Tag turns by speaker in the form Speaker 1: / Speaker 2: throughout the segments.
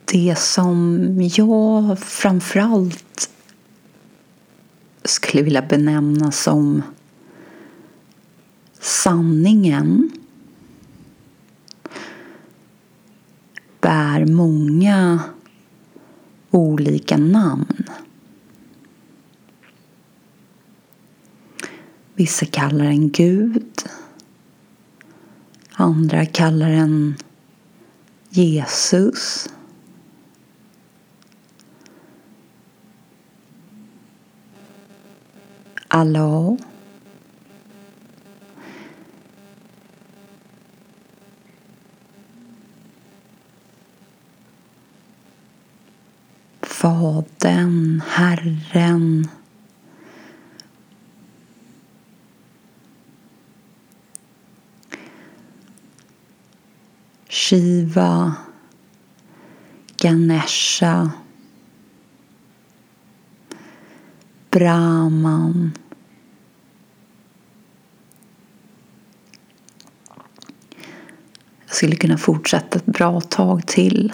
Speaker 1: Det som jag framförallt skulle vilja benämna som sanningen bär många olika namn. Vissa kallar den Gud. Andra kallar den Jesus. Allah. Fadern, Herren. Shiva, Ganesha, Brahman, jag skulle kunna fortsätta ett bra tag till.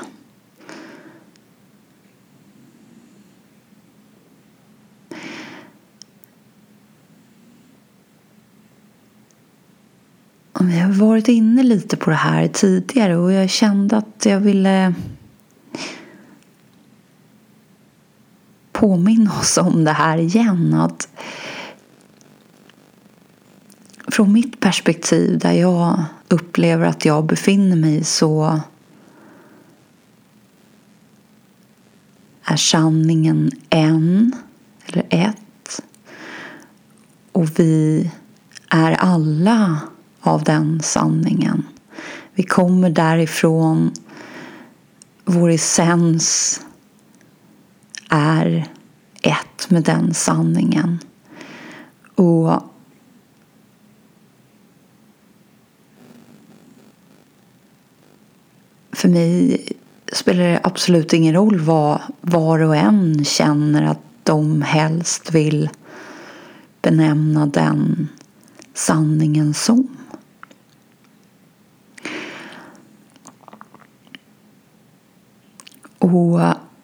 Speaker 1: Och vi har varit inne lite på det här tidigare och jag kände att jag ville påminna oss om det här igen. Att från mitt perspektiv där jag upplever att jag befinner mig så är sanningen en eller ett. Och vi är alla av den sanningen. Vi kommer därifrån. Vår essens är ett med den sanningen. Och för mig spelar det absolut ingen roll vad var och en känner att de helst vill benämna den sanningen som. Och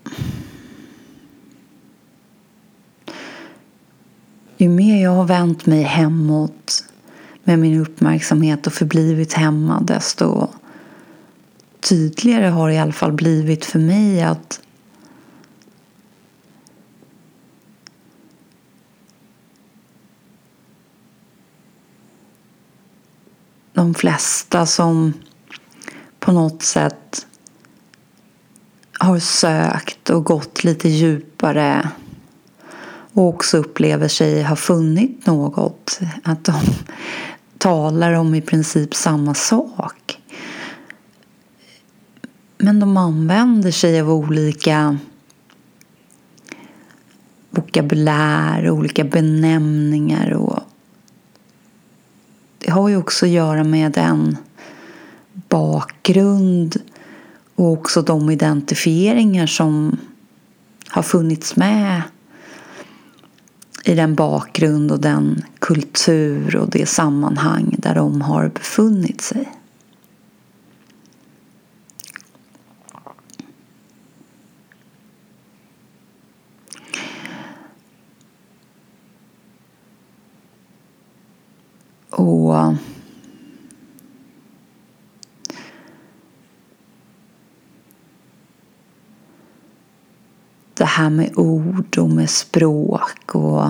Speaker 1: ju mer jag har vänt mig hemåt med min uppmärksamhet och förblivit hemma, desto tydligare har det i alla fall blivit för mig att de flesta som på något sätt har sökt och gått lite djupare och också upplever sig ha funnit något, att de talar om i princip samma sak. Men de använder sig av olika vokabulär, olika benämningar, och det har ju också att göra med en bakgrund och också de identifieringar som har funnits med i den bakgrund och den kultur och det sammanhang där de har befunnit sig. Och det här med ord och med språk, och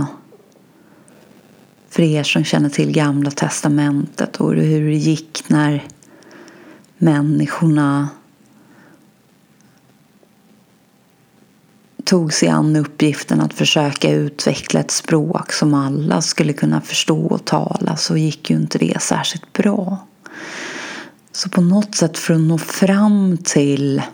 Speaker 1: för er som känner till Gamla testamentet och hur det gick när människorna tog sig an uppgiften att försöka utveckla ett språk som alla skulle kunna förstå och tala, så gick ju inte det särskilt bra. Så på något sätt för att nå fram till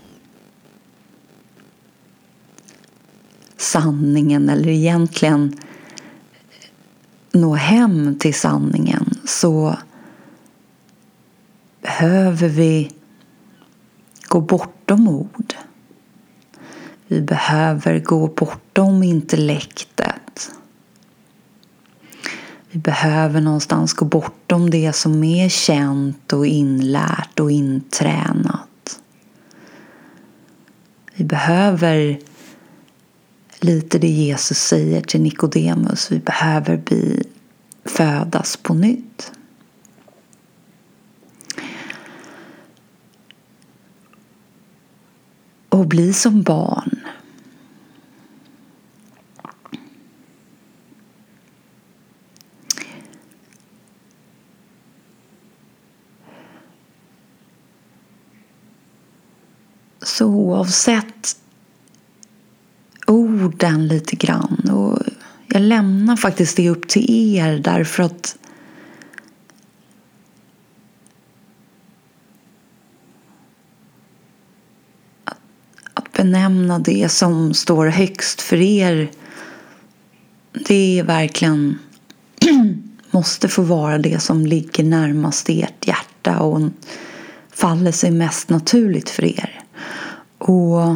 Speaker 1: sanningen, eller egentligen nå hem till sanningen, så behöver vi gå bortom ord. Vi behöver gå bortom intellektet. Vi behöver någonstans gå bortom det som är känt och inlärt och intränat. Vi behöver lite det Jesus säger till Nikodemus. Vi behöver födas på nytt. Och bli som barn. Så oavsett orden lite grann, och jag lämnar faktiskt det upp till er, därför att benämna det som står högst för er, det är verkligen måste få vara det som ligger närmast ert hjärta och faller sig mest naturligt för er. Och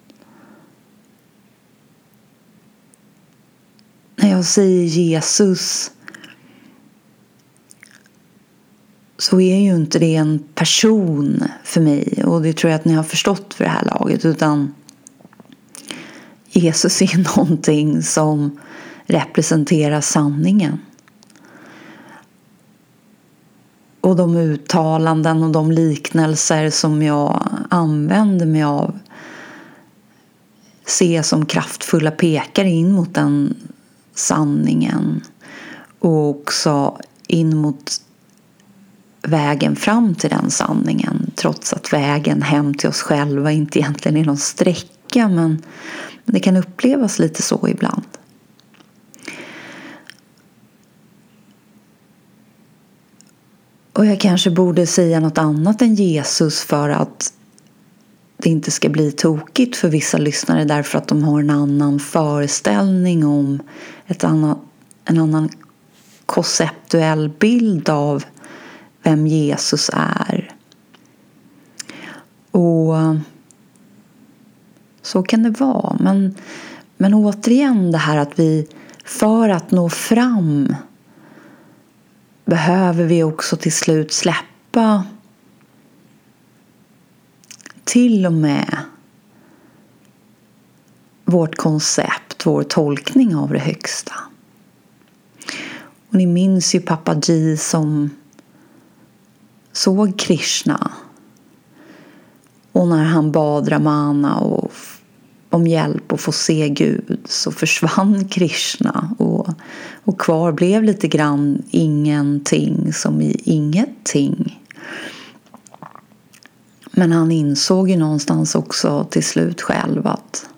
Speaker 1: när jag säger Jesus så är ju inte det en person för mig, och det tror jag att ni har förstått för det här laget, utan Jesus är någonting som representerar sanningen. Och de uttalanden och de liknelser som jag använder mig av ser som kraftfulla pekare in mot den sanningen, och också in mot vägen fram till den sanningen, trots att vägen hem till oss själva inte egentligen är någon sträcka, men det kan upplevas lite så ibland. Och jag kanske borde säga något annat än Jesus för att det inte ska bli tokigt för vissa lyssnare, därför att de har en annan föreställning om en annan konceptuell bild av vem Jesus är. Och så kan det vara. Men återigen det här att vi, för att nå fram, behöver vi också till slut släppa till och med vårt koncept, vår tolkning av det högsta. Och ni minns ju Papa G som såg Krishna, och när han bad Ramana om hjälp att få se Gud, så försvann Krishna, och kvar blev lite grann ingenting som i ingenting. Men han insåg ju någonstans också till slut själv att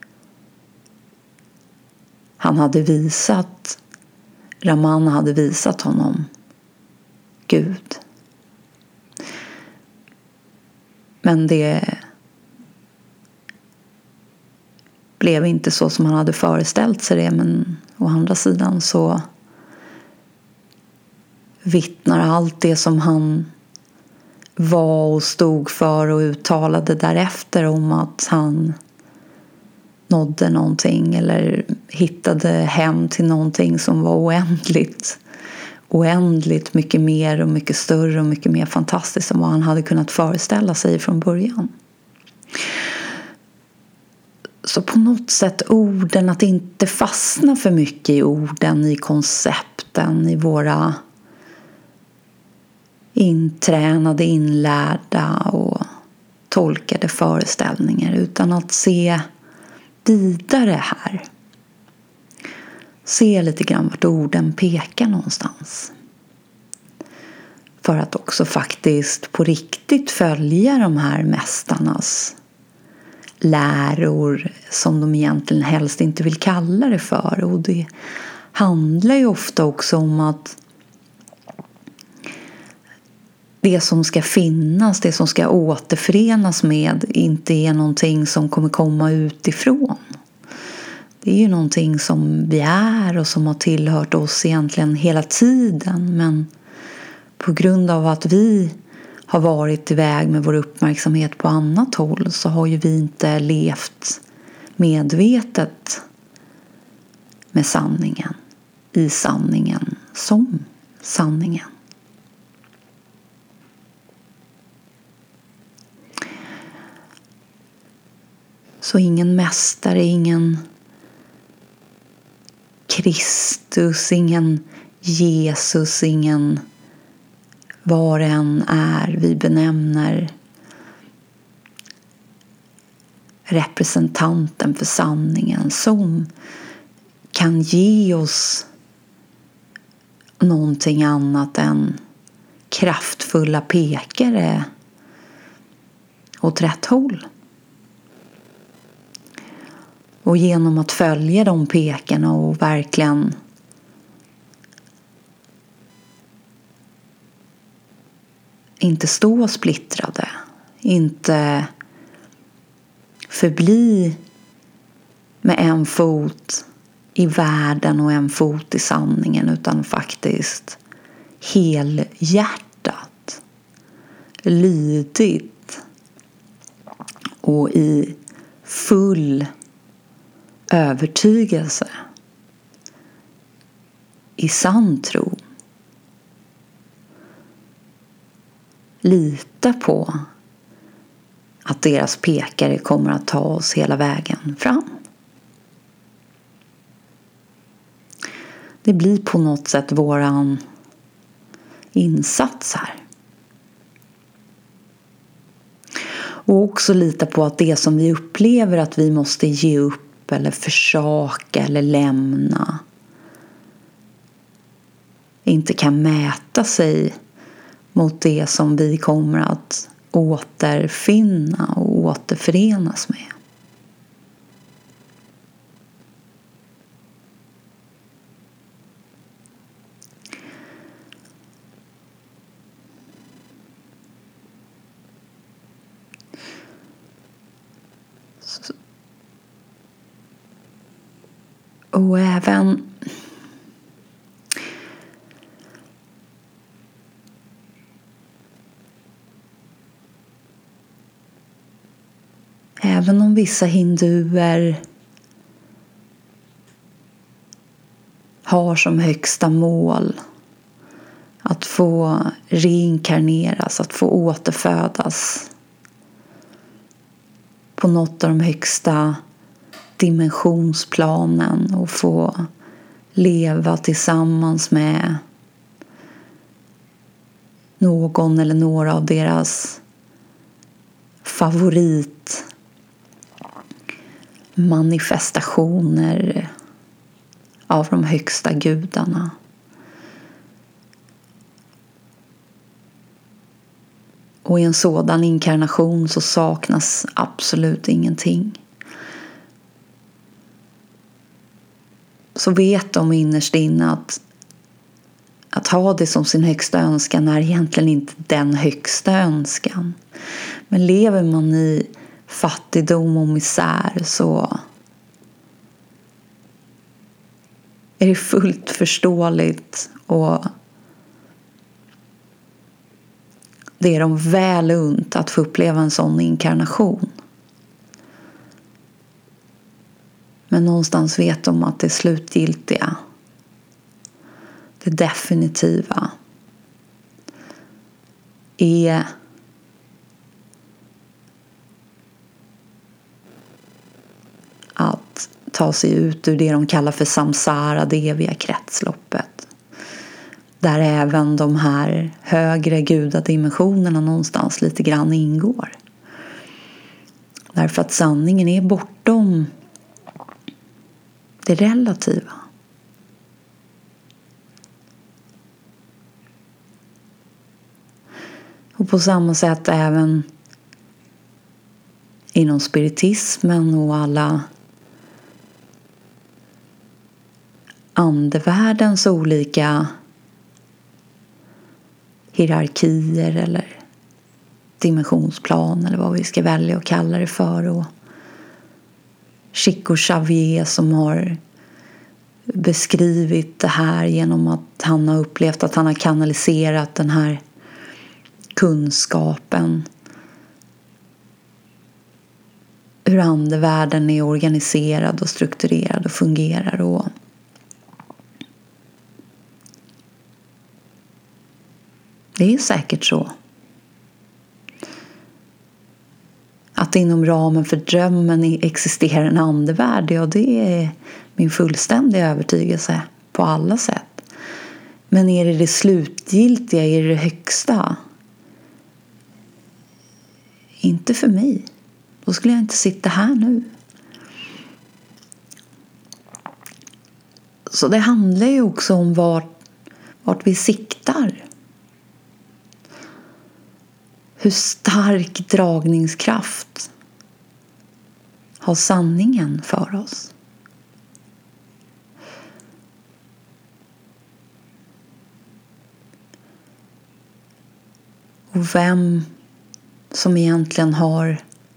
Speaker 1: Ramana hade visat honom Gud. Men det blev inte så som han hade föreställt sig det. Men å andra sidan så vittnar allt det som han var och stod för och uttalade därefter om att han nådde någonting eller hittade hem till någonting som var oändligt mycket mer och mycket större och mycket mer fantastiskt än vad han hade kunnat föreställa sig från början. Så på något sätt orden, att inte fastna för mycket i orden, i koncepten, i våra intränade, inlärda och tolkade föreställningar, utan att se vidare här. Se lite grann vart orden pekar någonstans. För att också faktiskt på riktigt följa de här mästarnas läror, som de egentligen helst inte vill kalla det för. Och det handlar ju ofta också om att det som ska finnas, det som ska återförenas med, inte är någonting som kommer komma utifrån. Det är ju någonting som vi är och som har tillhört oss egentligen hela tiden. Men på grund av att vi har varit iväg med vår uppmärksamhet på annat håll, så har ju vi inte levt medvetet med sanningen, i sanningen, som sanningen. Så ingen mästare, ingen Kristus, ingen Jesus, ingen vad det än är vi benämner representanten för sanningen, som kan ge oss någonting annat än kraftfulla pekare åt rätt håll. Och genom att följa de pekarna och verkligen inte stå splittrade, inte förbli med en fot i världen och en fot i sanningen, utan faktiskt helhjärtat, lydigt och i full övertygelse, i sann tro, lita på att deras pekare kommer att ta oss hela vägen fram. Det blir på något sätt våran insats här. Och också lita på att det som vi upplever att vi måste ge upp eller försaka eller lämna inte kan mäta sig mot det som vi kommer att återfinna och återförenas med. Och även om vissa hinduer har som högsta mål att få reinkarneras, att få återfödas på något av de högsta dimensionsplanen och få leva tillsammans med någon eller några av deras favoritmanifestationer av de högsta gudarna. Och i en sådan inkarnation så saknas absolut ingenting. Så vet de innerst inne att ha det som sin högsta önskan är egentligen inte den högsta önskan. Men lever man i fattigdom och misär så är det fullt förståeligt, och det är de väl unt att få uppleva en sån inkarnation. Men någonstans vet de att det slutgiltiga, det definitiva är att ta sig ut ur det de kallar för samsara, det eviga kretsloppet. Där även de här högre gudadimensionerna någonstans lite grann ingår. Därför att sanningen är bortom det relativa. Och på samma sätt även inom spiritismen och alla andevärldens olika hierarkier eller dimensionsplan eller vad vi ska välja att kalla det för. Och Chico Xavier som har beskrivit det här genom att han har upplevt att han har kanaliserat den här kunskapen, hur andevärlden är organiserad och strukturerad och fungerar. Och det är säkert så att Att inom ramen för drömmen existerar en andevärld, ja, det är min fullständiga övertygelse på alla sätt. Men är det slutgiltiga, är det högsta? Inte för mig. Då skulle jag inte sitta här nu. Så det handlar ju också om vart vi siktar. Hur stark dragningskraft har sanningen för oss? Och vem som egentligen har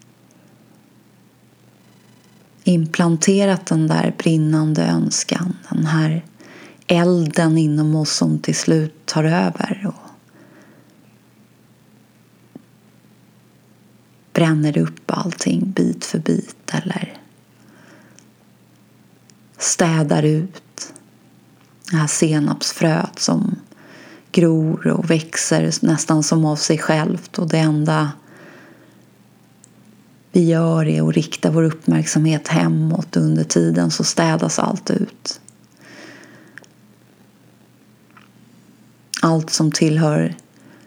Speaker 1: implanterat den där brinnande önskan, den här elden inom oss som till slut tar över och bränner upp allting bit för bit eller städar ut det här senapsfröet som gror och växer nästan som av sig självt, och det enda vi gör är att rikta vår uppmärksamhet hemåt. Under tiden så städas allt ut. Allt som tillhör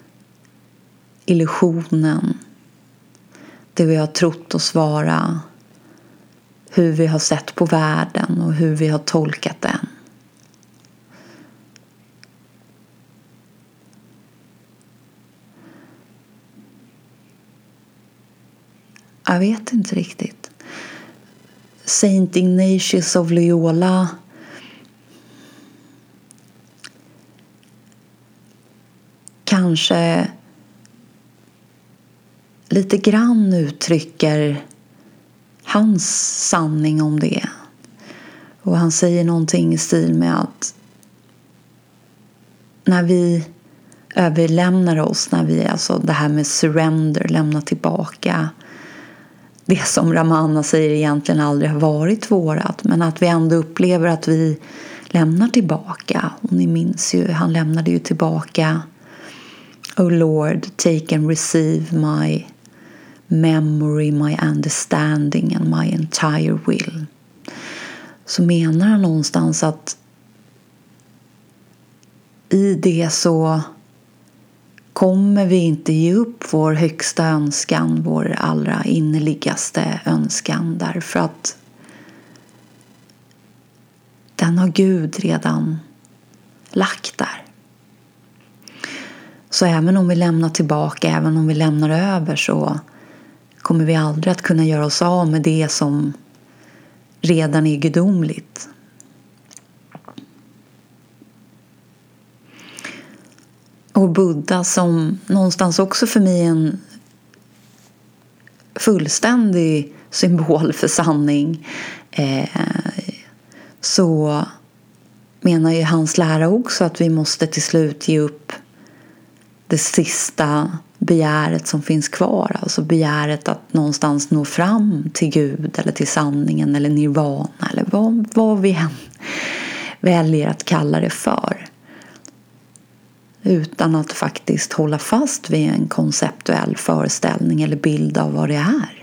Speaker 1: illusionen, det vi har trott oss vara, hur vi har sett på världen och hur vi har tolkat den. Jag vet inte riktigt. Saint Ignatius of Loyola kanske lite grann uttrycker hans sanning om det. Och han säger någonting i stil med att när vi överlämnar oss, när vi, alltså det här med surrender, lämna tillbaka det som Ramana säger egentligen aldrig har varit vårat, men att vi ändå upplever att vi lämnar tillbaka. Och ni minns ju, han lämnade ju tillbaka: Oh Lord, take and receive my memory, my understanding and my entire will. Så menar han någonstans att i det så kommer vi inte ge upp vår högsta önskan, vår allra innerligaste önskan, därför att den har Gud redan lagt där. Så även om vi lämnar tillbaka, även om vi lämnar över, så kommer vi aldrig att kunna göra oss av med det som redan är gudomligt. Och Buddha, som någonstans också för mig är en fullständig symbol för sanning, så menar ju hans lära också att vi måste till slut ge upp det sista begäret som finns kvar. Alltså begäret att någonstans nå fram till Gud eller till sanningen eller nirvana eller vad vi än väljer att kalla det för. Utan att faktiskt hålla fast vid en konceptuell föreställning eller bild av vad det är.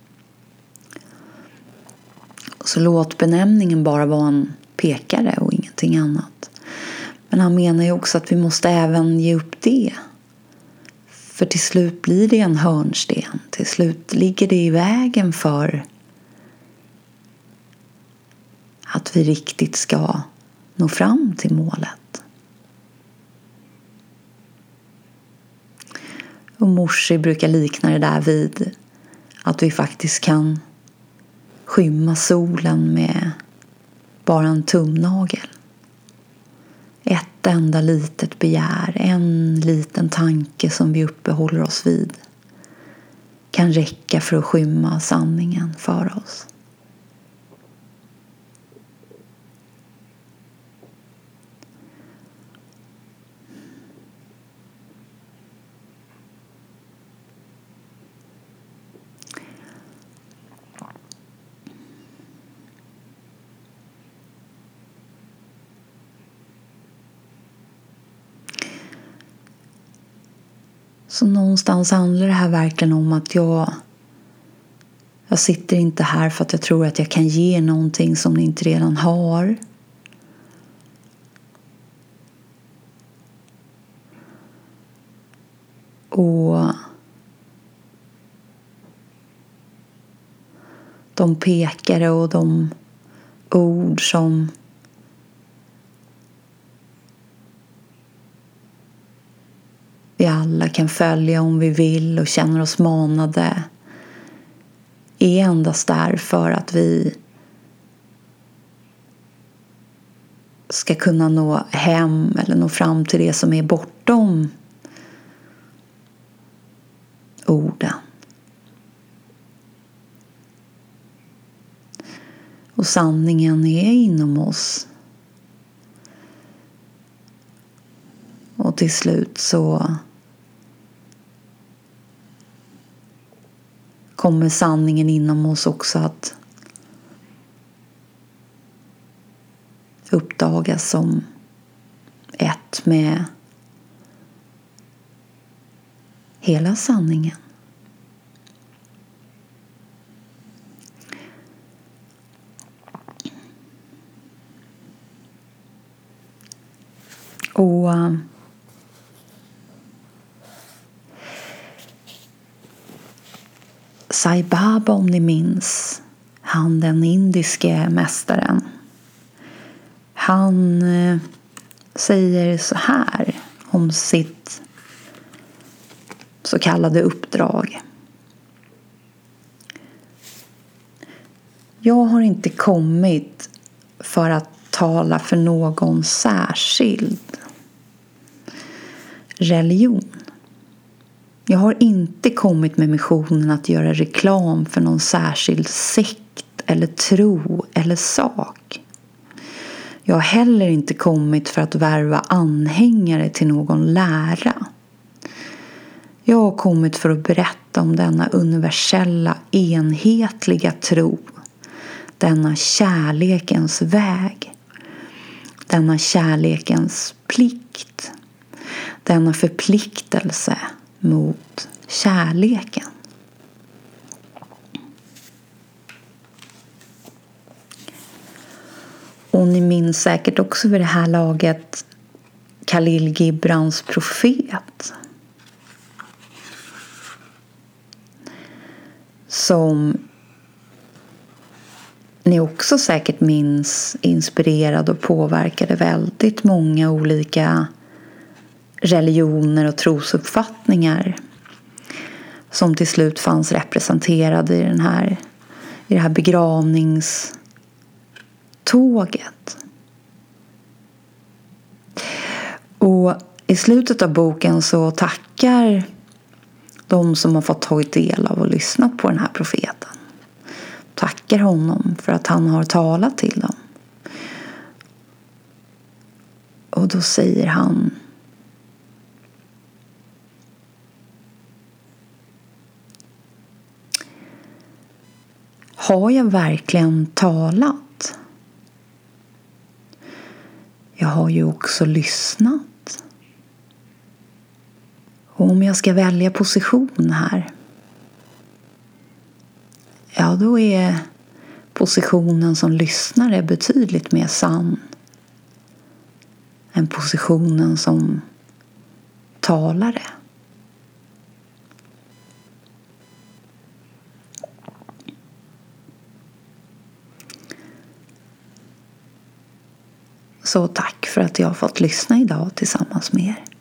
Speaker 1: Så låt benämningen bara vara en pekare och ingenting annat. Men han menar ju också att vi måste även ge upp det. För till slut blir det en hörnsten. Till slut ligger det i vägen för att vi riktigt ska nå fram till målet. Och Morsi brukar likna det där vid att vi faktiskt kan skymma solen med bara en tumnagel. Ett enda litet begär, en liten tanke som vi uppehåller oss vid kan räcka för att skymma sanningen för oss. Så någonstans handlar det här verkligen om att jag Jag sitter inte här för att jag tror att jag kan ge någonting som ni inte redan har. Och de pekare och de ord som vi alla kan följa om vi vill och känner oss manade är endast där för att vi ska kunna nå hem eller nå fram till det som är bortom orden. Och sanningen är inom oss. Och till slut så kommer sanningen inom oss också att uppdagas som ett med hela sanningen. Och Sai Baba, om ni minns, han den indiske mästaren, han säger så här om sitt så kallade uppdrag. Jag har inte kommit för att tala för någon särskild religion. Jag har inte kommit med missionen att göra reklam för någon särskild sekt eller tro eller sak. Jag har heller inte kommit för att värva anhängare till någon lära. Jag har kommit för att berätta om denna universella, enhetliga tro. Denna kärlekens väg. Denna kärlekens plikt. Denna förpliktelse mot kärleken. Och ni minns säkert också vid det här laget Khalil Gibrans profet. Som ni också säkert minns inspirerade och påverkade väldigt många olika religioner och trosuppfattningar som till slut fanns representerade i det här begravningståget. Och i slutet av boken så tackar de som har fått tagit del av och lyssnat på den här profeten. Tackar honom för att han har talat till dem. Och då säger han: har jag verkligen talat? Jag har ju också lyssnat. Och om jag ska välja position här, ja, då är positionen som lyssnare betydligt mer sann än positionen som talare. Så tack för att jag har fått lyssna idag tillsammans med er.